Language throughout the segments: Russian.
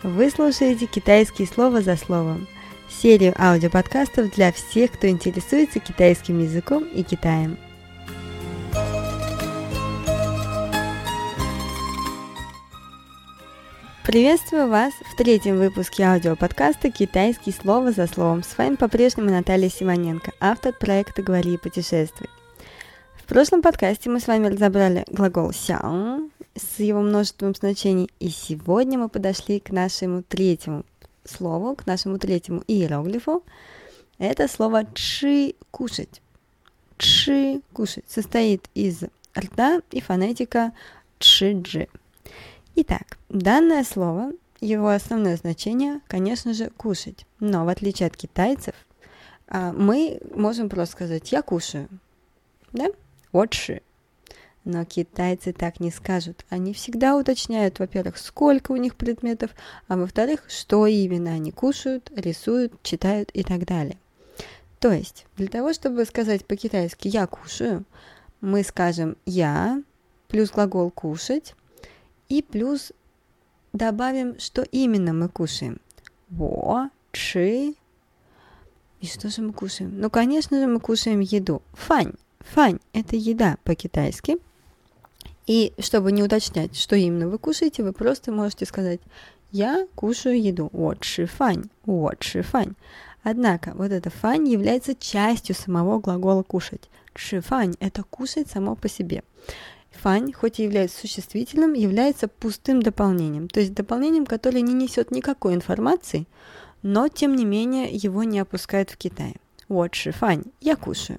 Вы слушаете «Китайские слова за словом» – серию аудиоподкастов для всех, кто интересуется китайским языком и Китаем. Приветствую вас в третьем выпуске аудиоподкаста «Китайские слова за словом». С вами по-прежнему Наталья Симоненко, автор проекта «Говори и путешествуй». В прошлом подкасте мы с вами разобрали глагол «сян» с его множеством значений, и сегодня мы подошли к нашему третьему слову, к нашему третьему иероглифу. Это слово «чи» – «кушать». «Чи» – «кушать» состоит из рта и фонетика «чи-джи». Итак, данное слово, его основное значение, конечно же, кушать. Но в отличие от китайцев, мы можем просто сказать «я кушаю», да? «Вот ши». Но китайцы так не скажут. Они всегда уточняют, во-первых, сколько у них предметов, а во-вторых, что именно они кушают, рисуют, читают и так далее. То есть, для того, чтобы сказать по-китайски «я кушаю», мы скажем «я» плюс глагол «кушать», и плюс добавим, что именно мы кушаем. Во, чи. И что же мы кушаем? Ну, конечно же, мы кушаем еду. Фань. Фань – это еда по-китайски. И чтобы не уточнять, что именно вы кушаете, вы просто можете сказать «я кушаю еду». Вот ши фань. Вот ши фань. Однако, вот эта фань является частью самого глагола «кушать». Ши фань – это кушать само по себе. Фань, хоть и является существительным, является пустым дополнением, то есть дополнением, которое не несет никакой информации, но, тем не менее, его не опускают в Китае. Вот ши фань, я кушаю.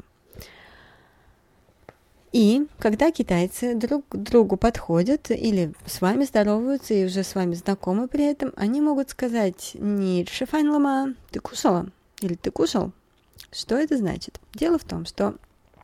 И когда китайцы друг к другу подходят или с вами здороваются и уже с вами знакомы при этом, они могут сказать не ши фань лама, ты кушала или ты кушал. Что это значит? Дело в том, что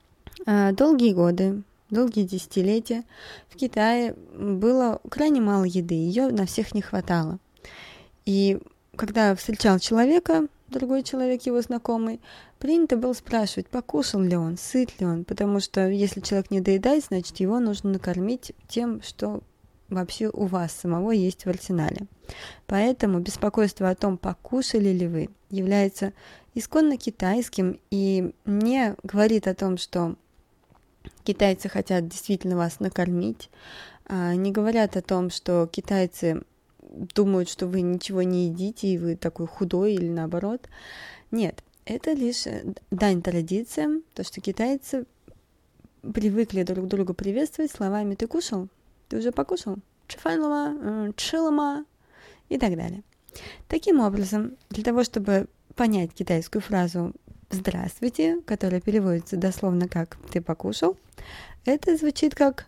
долгие десятилетия в Китае было крайне мало еды, ее на всех не хватало. И когда встречал человека, другой человек, его знакомый, принято было спрашивать, покушал ли он, сыт ли он, потому что если человек не доедает, значит его нужно накормить тем, что вообще у вас самого есть в арсенале. Поэтому беспокойство о том, покушали ли вы, является исконно китайским и не говорит о том, что китайцы хотят действительно вас накормить, не говорят о том, что китайцы думают, что вы ничего не едите, и вы такой худой или наоборот. Нет, это лишь дань традициям, то, что китайцы привыкли друг друга приветствовать словами «ты кушал?», «ты уже покушал?», «чифань лама?», «чи лама?» и так далее. Таким образом, для того, чтобы понять китайскую фразу «Здравствуйте», которая переводится дословно как «ты покушал», это звучит как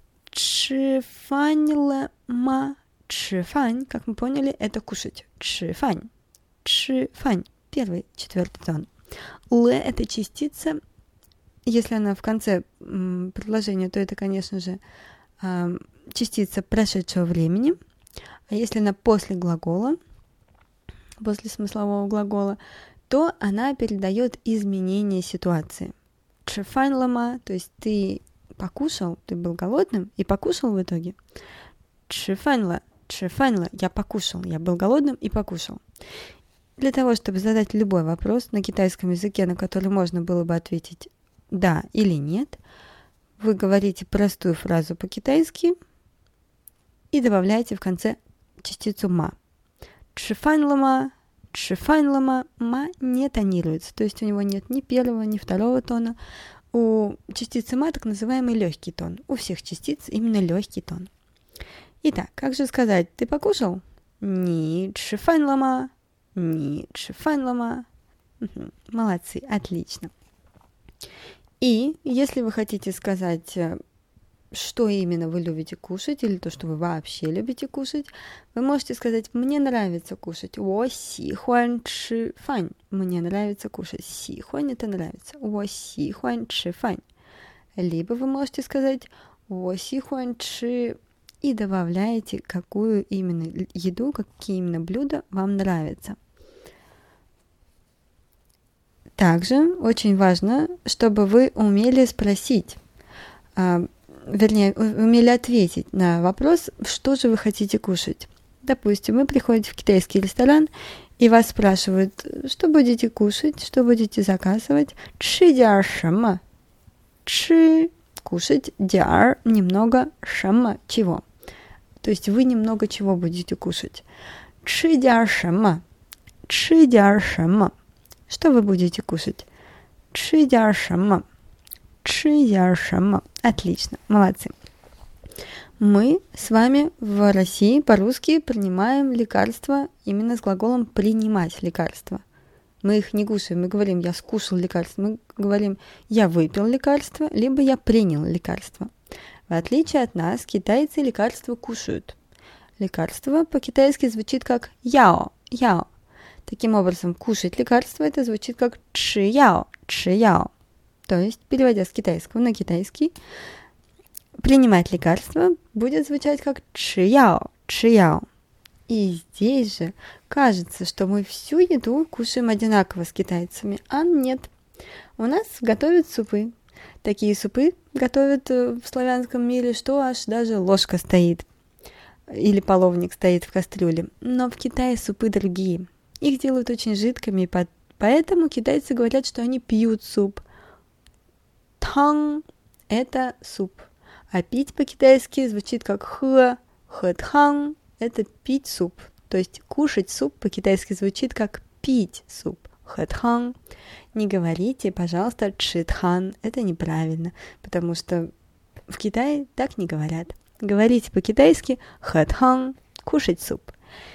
«чифань лама». «Чифань», как мы поняли, это «кушать». «Чифань». «Чифань». Первый, четвертый тон. «Л» — это частица. Если она в конце предложения, то это, конечно же, частица прошедшего времени. А если она после глагола, после смыслового глагола, то она передает изменение ситуации. «Чифань лама», то есть ты покушал, ты был голодным и покушал в итоге. «Чифань ла», я покушал, я был голодным и покушал. Для того, чтобы задать любой вопрос на китайском языке, на который можно было бы ответить «да» или «нет», вы говорите простую фразу по-китайски и добавляете в конце частицу «ма». «Чифань лама», «чифань лама», «ма» не тонируется, то есть у него нет ни первого, ни второго тона. У частицы «ма» так называемый легкий тон. У всех частиц именно легкий тон. Итак, как же сказать «ты покушал»? «Ни чифань лама», «ни чифань лама». Молодцы, отлично. И если вы хотите сказать, что именно вы любите кушать, или то, что вы вообще любите кушать, вы можете сказать «мне нравится кушать». «Wo xi huan chi fan». Мне нравится кушать. «Xi huan» — это нравится. «Wo xi huan chi fan». Либо вы можете сказать «Wo xi huan chi», и добавляете, какую именно еду, какие именно блюда вам нравятся. Также очень важно, чтобы вы умели спросить, умели ответить на вопрос, что же вы хотите кушать. Допустим, вы приходите в китайский ресторан, и вас спрашивают, что будете кушать, что будете заказывать. 吃点什么? 吃 кушать, 点 немного, 什么 чего. То есть вы немного чего будете кушать. 吃点什么? 吃点什么? Что вы будете кушать? 吃点什么? 吃点什么? Отлично, молодцы. Мы с вами в России по-русски принимаем лекарства именно с глаголом «принимать лекарства». Мы их не кушаем, мы говорим «я скушал лекарство», мы говорим «я выпил лекарство», либо «я принял лекарство». В отличие от нас, китайцы лекарства кушают. Лекарство по-китайски звучит как «яо», «яо». Таким образом, кушать лекарство это звучит как «чи яо», «чи яо». То есть, переводя с китайского на китайский, принимать лекарство будет звучать как «чи яо», «чи яо». И здесь же кажется, что мы всю еду кушаем одинаково с китайцами, а нет. У нас готовят супы. Такие супы готовят в славянском мире, что аж даже ложка стоит или половник стоит в кастрюле. Но в Китае супы другие. Их делают очень жидкими, поэтому китайцы говорят, что они пьют суп. Танг – это суп. А пить по-китайски звучит как хэ танг – это пить суп. То есть кушать суп по-китайски звучит как пить суп. Хэ танг. Не говорите, пожалуйста, чи тхан. Это неправильно, потому что в Китае так не говорят. Говорите по-китайски хэ танг – кушать суп.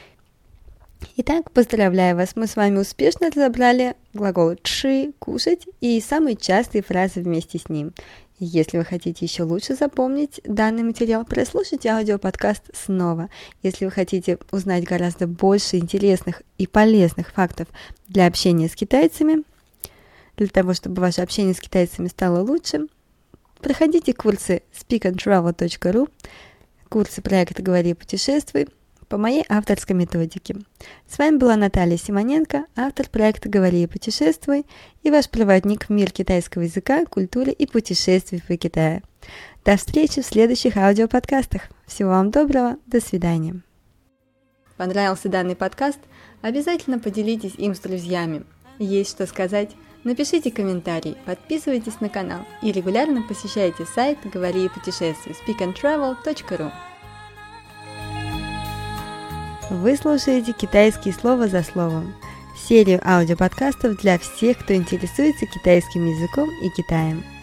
Итак, поздравляю вас, мы с вами успешно разобрали глагол «чи» – «кушать» и самые частые фразы вместе с ним. Если вы хотите еще лучше запомнить данный материал, прослушайте аудиоподкаст снова. Если вы хотите узнать гораздо больше интересных и полезных фактов для общения с китайцами, для того, чтобы ваше общение с китайцами стало лучше, проходите курсы speakandtravel.ru, курсы проекта «Говори и путешествуй», по моей авторской методике. С вами была Наталья Симоненко, автор проекта «Говори и путешествуй» и ваш проводник в мир китайского языка, культуры и путешествий по Китаю. До встречи в следующих аудиоподкастах. Всего вам доброго, до свидания. Понравился данный подкаст? Обязательно поделитесь им с друзьями. Есть что сказать? Напишите комментарий, подписывайтесь на канал и регулярно посещайте сайт «Говори и путешествуй» speakandtravel.ru. Вы слушаете «Китайские слова за словом» – серию аудиоподкастов для всех, кто интересуется китайским языком и Китаем.